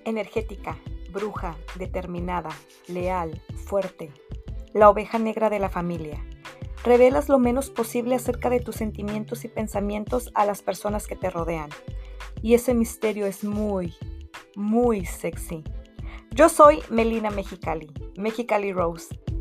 Energética, bruja, determinada, leal, fuerte. La oveja negra de la familia. Revelas lo menos posible acerca de tus sentimientos y pensamientos a las personas que te rodean. Y ese misterio es muy, muy sexy. Yo soy Melina Mexicali, Mexicali Rose.